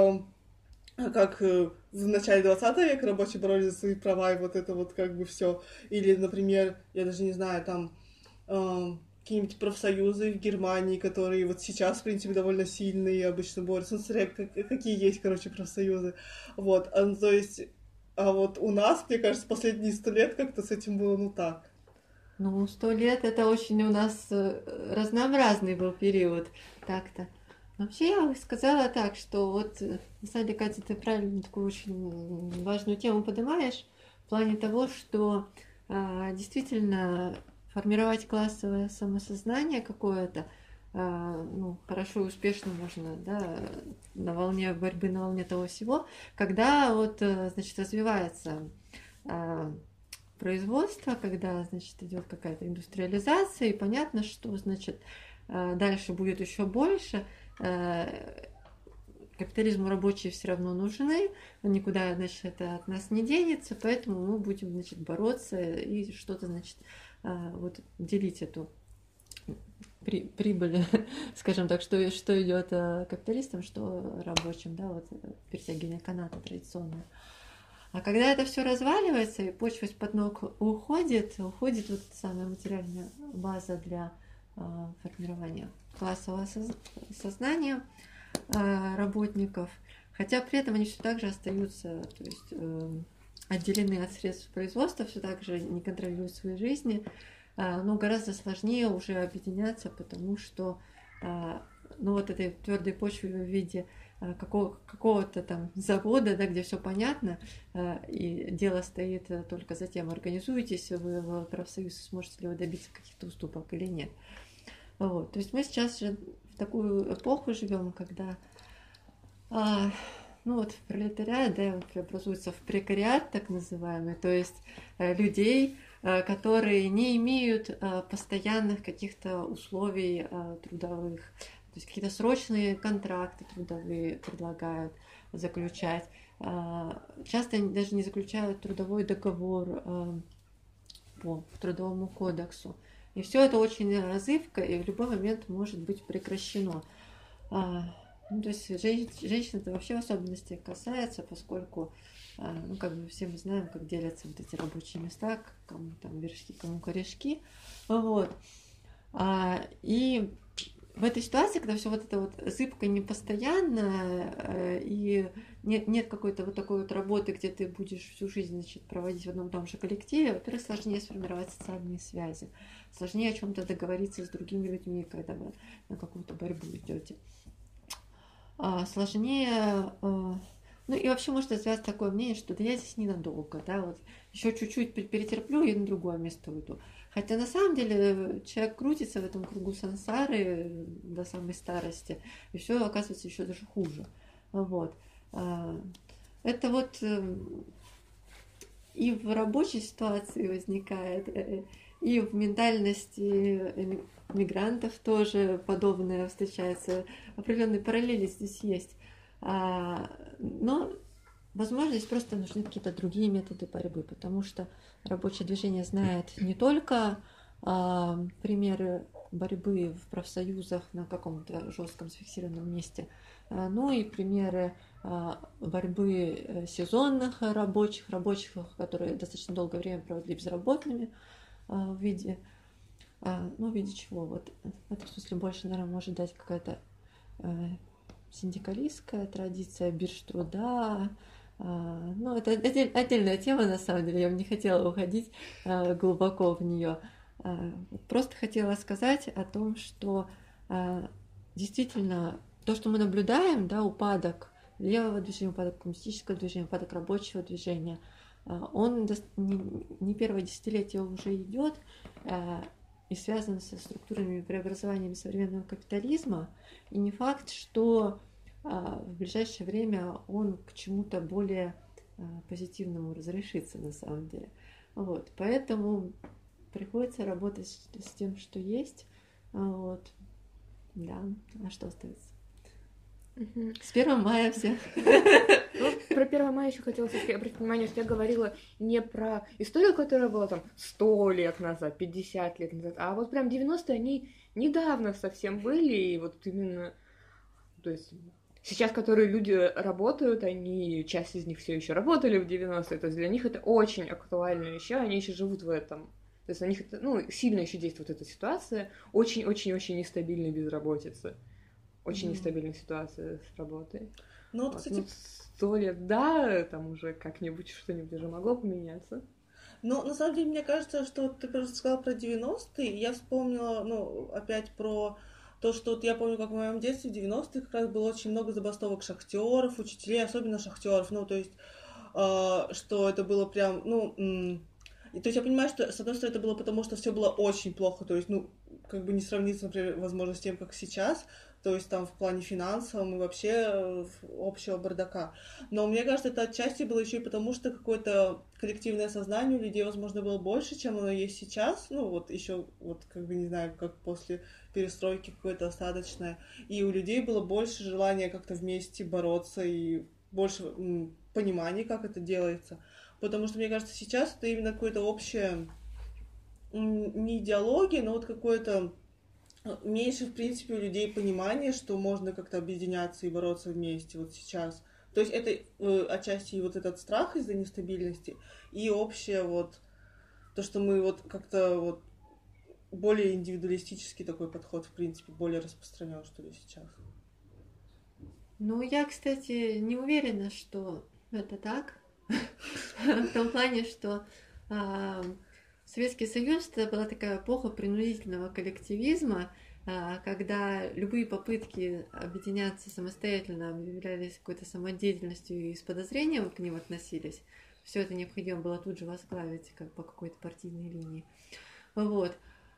как в начале 20 века рабочие боролись за свои права, и вот это вот, как бы, все, или, например, я даже не знаю, там, какие-нибудь профсоюзы в Германии, которые вот сейчас, в принципе, довольно сильные, обычно борются, какие есть, короче, профсоюзы, вот, то есть... А вот у нас, мне кажется, последние 100 лет как-то с этим было так. 100 лет это очень у нас разнообразный был период так-то. Вообще я бы сказала так, что вот, на самом деле, Катя, ты правильно такую очень важную тему поднимаешь, в плане того, что действительно формировать классовое самосознание какое-то, хорошо и успешно можно, да, на волне борьбы, на волне того всего, когда вот, значит, развивается производство, когда, значит, идет какая-то индустриализация, и понятно, что, значит, дальше будет еще больше. Капитализму рабочие все равно нужны, никуда, значит, это от нас не денется, поэтому мы будем, значит, бороться и что-то, значит, вот делить эту прибыль, скажем так, что идет капиталистам, что рабочим, да, вот перетягивание каната традиционное. А когда это все разваливается и почва из-под ног уходит вот эта самая материальная база для формирования классового сознания работников, хотя при этом они все так же остаются, то есть отделены от средств производства, все так же не контролируют свои жизни, но гораздо сложнее уже объединяться, потому что вот этой твердой почвы в виде какого-то там завода, да, где все понятно, и дело стоит только за тем, организуетесь вы в профсоюз, сможете ли вы добиться каких-то уступок или нет. Вот. То есть мы сейчас же в такую эпоху живем, когда пролетариат, да, преобразуется в прекариат, так называемый, то есть людей, которые не имеют постоянных каких-то условий трудовых, то есть какие-то срочные контракты трудовые предлагают заключать. Часто они даже не заключают трудовой договор по Трудовому кодексу. И все это очень зыбко и в любой момент может быть прекращено. То есть женщин это вообще в особенности касается, поскольку все мы знаем, как делятся вот эти рабочие места, кому там вершки, кому корешки. Вот. И в этой ситуации, когда все вот это вот зыбко, непостоянно, и нет какой-то вот такой вот работы, где ты будешь всю жизнь, значит, проводить в одном и том же коллективе, во-первых, сложнее сформировать социальные связи, сложнее о чем-то договориться с другими людьми, когда вы на какую-то борьбу идете. Сложнее, и вообще может развиваться такое мнение, что да я здесь ненадолго, да, вот еще чуть-чуть перетерплю и на другое место уйду. Хотя на самом деле человек крутится в этом кругу сансары до самой старости, и все оказывается еще даже хуже. Вот. Это вот и в рабочей ситуации возникает, И в ментальности мигрантов тоже подобное встречается. Определенные параллели здесь есть. Но, возможно, здесь просто нужны какие-то другие методы борьбы, потому что рабочее движение знает не только примеры борьбы в профсоюзах на каком-то жестком зафиксированном месте, но и примеры борьбы сезонных рабочих, которые достаточно долгое время проводили безработными в виде чего? Вот в этом смысле больше, наверное, может дать какая-то синдикалистская традиция, бирж труда. Ну, это отдельная тема, на самом деле, я бы не хотела уходить глубоко в нее. Просто хотела сказать о том, что действительно то, что мы наблюдаем, да, упадок левого движения, упадок коммунистического движения, упадок рабочего движения, он не первое десятилетие уже идет и связан со структурными преобразованиями современного капитализма. И не факт, что в ближайшее время он к чему-то более позитивному разрешится на самом деле. Вот. Поэтому приходится работать с тем, что есть. Вот. Да, а что остается? С 1 мая все. Ну, про 1 мая еще хотела обратить внимание, что я говорила не про историю, которая была там 100 лет назад, 50 лет назад, а вот прям 90-е, они недавно совсем были, и вот именно, то есть сейчас, которые люди работают, часть из них все еще работали в 90-е, то есть для них это очень актуально еще, они еще живут в этом. То есть на них это, сильно еще действует эта ситуация, очень-очень-очень нестабильной безработицы. Очень нестабильная ситуация с работой. Ну, вот, кстати... 100 лет, да, там уже как-нибудь что-нибудь уже могло поменяться. Но на самом деле, мне кажется, что ты просто сказала про 90-е, я вспомнила, опять про то, что я помню, как в моем детстве в 90-е как раз было очень много забастовок шахтеров, учителей, особенно шахтеров, то есть, что это было прям, и, то есть я понимаю, что, с одной стороны, это было потому, что все было очень плохо, то есть, как бы не сравниться, например, возможно, с тем, как сейчас, то есть там в плане финансовом и вообще общего бардака. Но мне кажется, это отчасти было еще и потому, что какое-то коллективное сознание у людей, возможно, было больше, чем оно есть сейчас. Еще как бы не знаю, как после перестройки какое-то остаточное. И у людей было больше желания как-то вместе бороться и больше понимания, как это делается. Потому что, мне кажется, сейчас это именно какое-то общее, не идеология, но вот какое-то меньше, в принципе, у людей понимания, что можно как-то объединяться и бороться вместе вот сейчас. То есть это отчасти и вот этот страх из-за нестабильности, и общее то, что мы как-то более индивидуалистический такой подход, в принципе, более распространен, что ли, сейчас. Я, кстати, не уверена, что это так. В том плане, что Советский Союз это была такая эпоха принудительного коллективизма, когда любые попытки объединяться самостоятельно объявлялись какой-то самодеятельностью и с подозрением к ним относились. Все это необходимо было тут же возглавить как по какой-то партийной линии. Вот.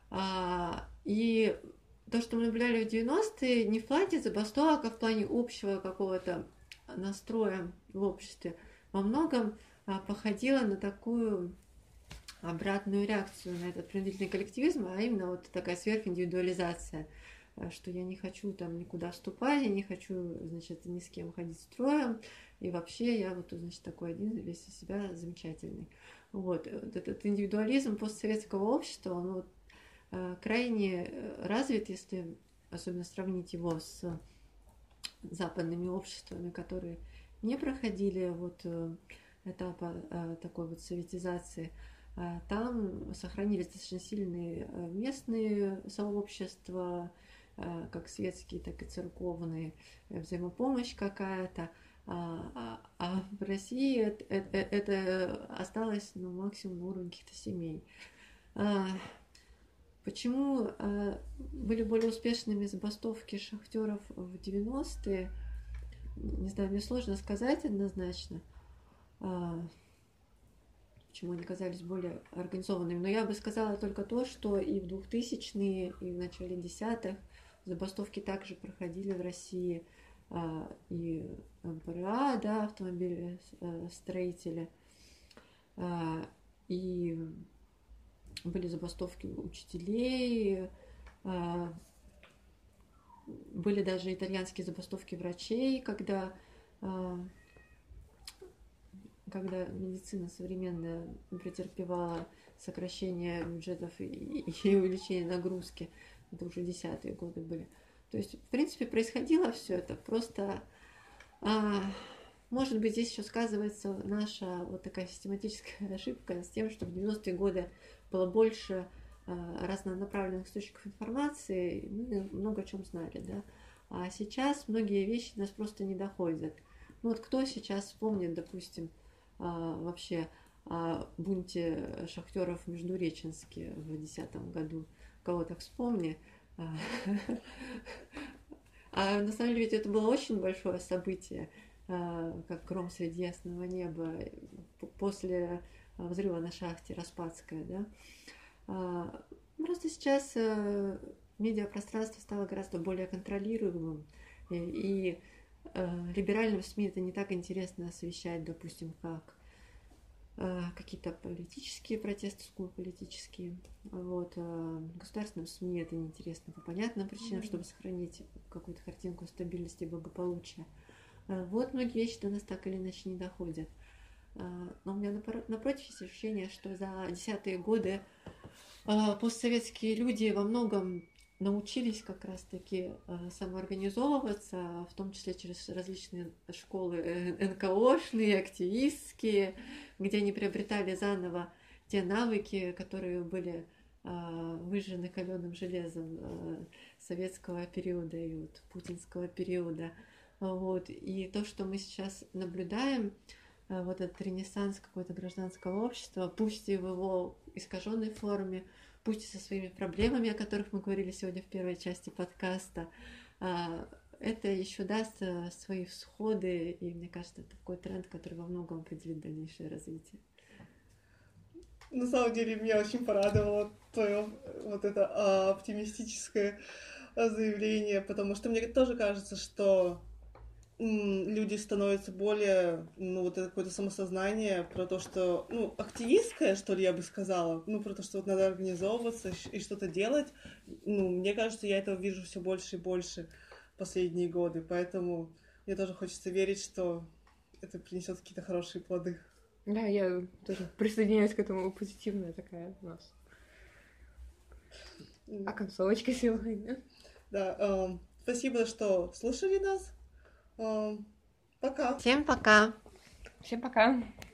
И то, что мы наблюдали в 90-е, не в плане забастовок, а в плане общего какого-то настроя в обществе, во многом походило на такую обратную реакцию на этот принудительный коллективизм, а именно такая сверхиндивидуализация, что я не хочу там никуда вступать, я не хочу, значит, ни с кем ходить строем, и вообще я значит, такой один, весь из себя замечательный. Этот индивидуализм постсоветского общества, он крайне развит, если особенно сравнить его с западными обществами, которые не проходили этапа такой советизации. Там сохранились достаточно сильные местные сообщества, как светские, так и церковные, взаимопомощь какая-то. А в России это осталось максимум на уровне каких-то семей. Почему были более успешными забастовки шахтеров в 90-е? Не знаю, мне сложно сказать однозначно, почему они казались более организованными. Но я бы сказала только то, что и в 2000-е, и в начале 10-х забастовки также проходили в России. И МПРА, да, автомобилестроители, и были забастовки учителей, были даже итальянские забастовки врачей, когда медицина современная претерпевала сокращение бюджетов и увеличение нагрузки. Это уже 10-е годы были. То есть, в принципе, происходило все это. Просто, может быть, здесь еще сказывается наша вот такая систематическая ошибка с тем, что в 90-е годы было больше разнонаправленных источников информации, и мы много о чем знали, да. А сейчас многие вещи нас просто не доходят. Ну вот кто сейчас вспомнит, допустим, вообще о бунте шахтеров в Междуреченске в 2010 году? Кого-то вспомни. А на самом деле ведь это было очень большое событие, как гром среди ясного неба после взрыва на шахте Распадская, да. Просто сейчас медиапространство стало гораздо более контролируемым, и либеральным СМИ это не так интересно освещать, допустим, как какие-то политические протесты, политические. Вот. Государственным СМИ это неинтересно по понятным причинам, чтобы сохранить какую-то картинку стабильности и благополучия. Вот многие вещи до нас так или иначе не доходят. Но у меня напротив есть ощущение, что за 10-е годы постсоветские люди во многом научились как раз-таки самоорганизовываться, в том числе через различные школы НКОшные, активистские, где они приобретали заново те навыки, которые были выжжены каленым железом советского периода и вот путинского периода. Вот. И то, что мы сейчас наблюдаем, вот этот ренессанс какого-то гражданского общества, пусть и в его искаженной форме, пусть и со своими проблемами, о которых мы говорили сегодня в первой части подкаста, это еще даст свои всходы, и мне кажется, это такой тренд, который во многом определит дальнейшее развитие. На самом деле, меня очень порадовало твое вот это оптимистическое заявление, потому что мне тоже кажется, что люди становятся более, вот это какое-то самосознание про то, что, активистское, что ли, я бы сказала, про то, что вот надо организовываться и что-то делать. Мне кажется, я этого вижу все больше и больше последние годы, поэтому мне тоже хочется верить, что это принесет какие-то хорошие плоды. Да, я тоже присоединяюсь к этому, позитивная такая у нас. А концовочка сегодня? Да, спасибо, что слушали нас. Пока. Всем пока. Всем пока.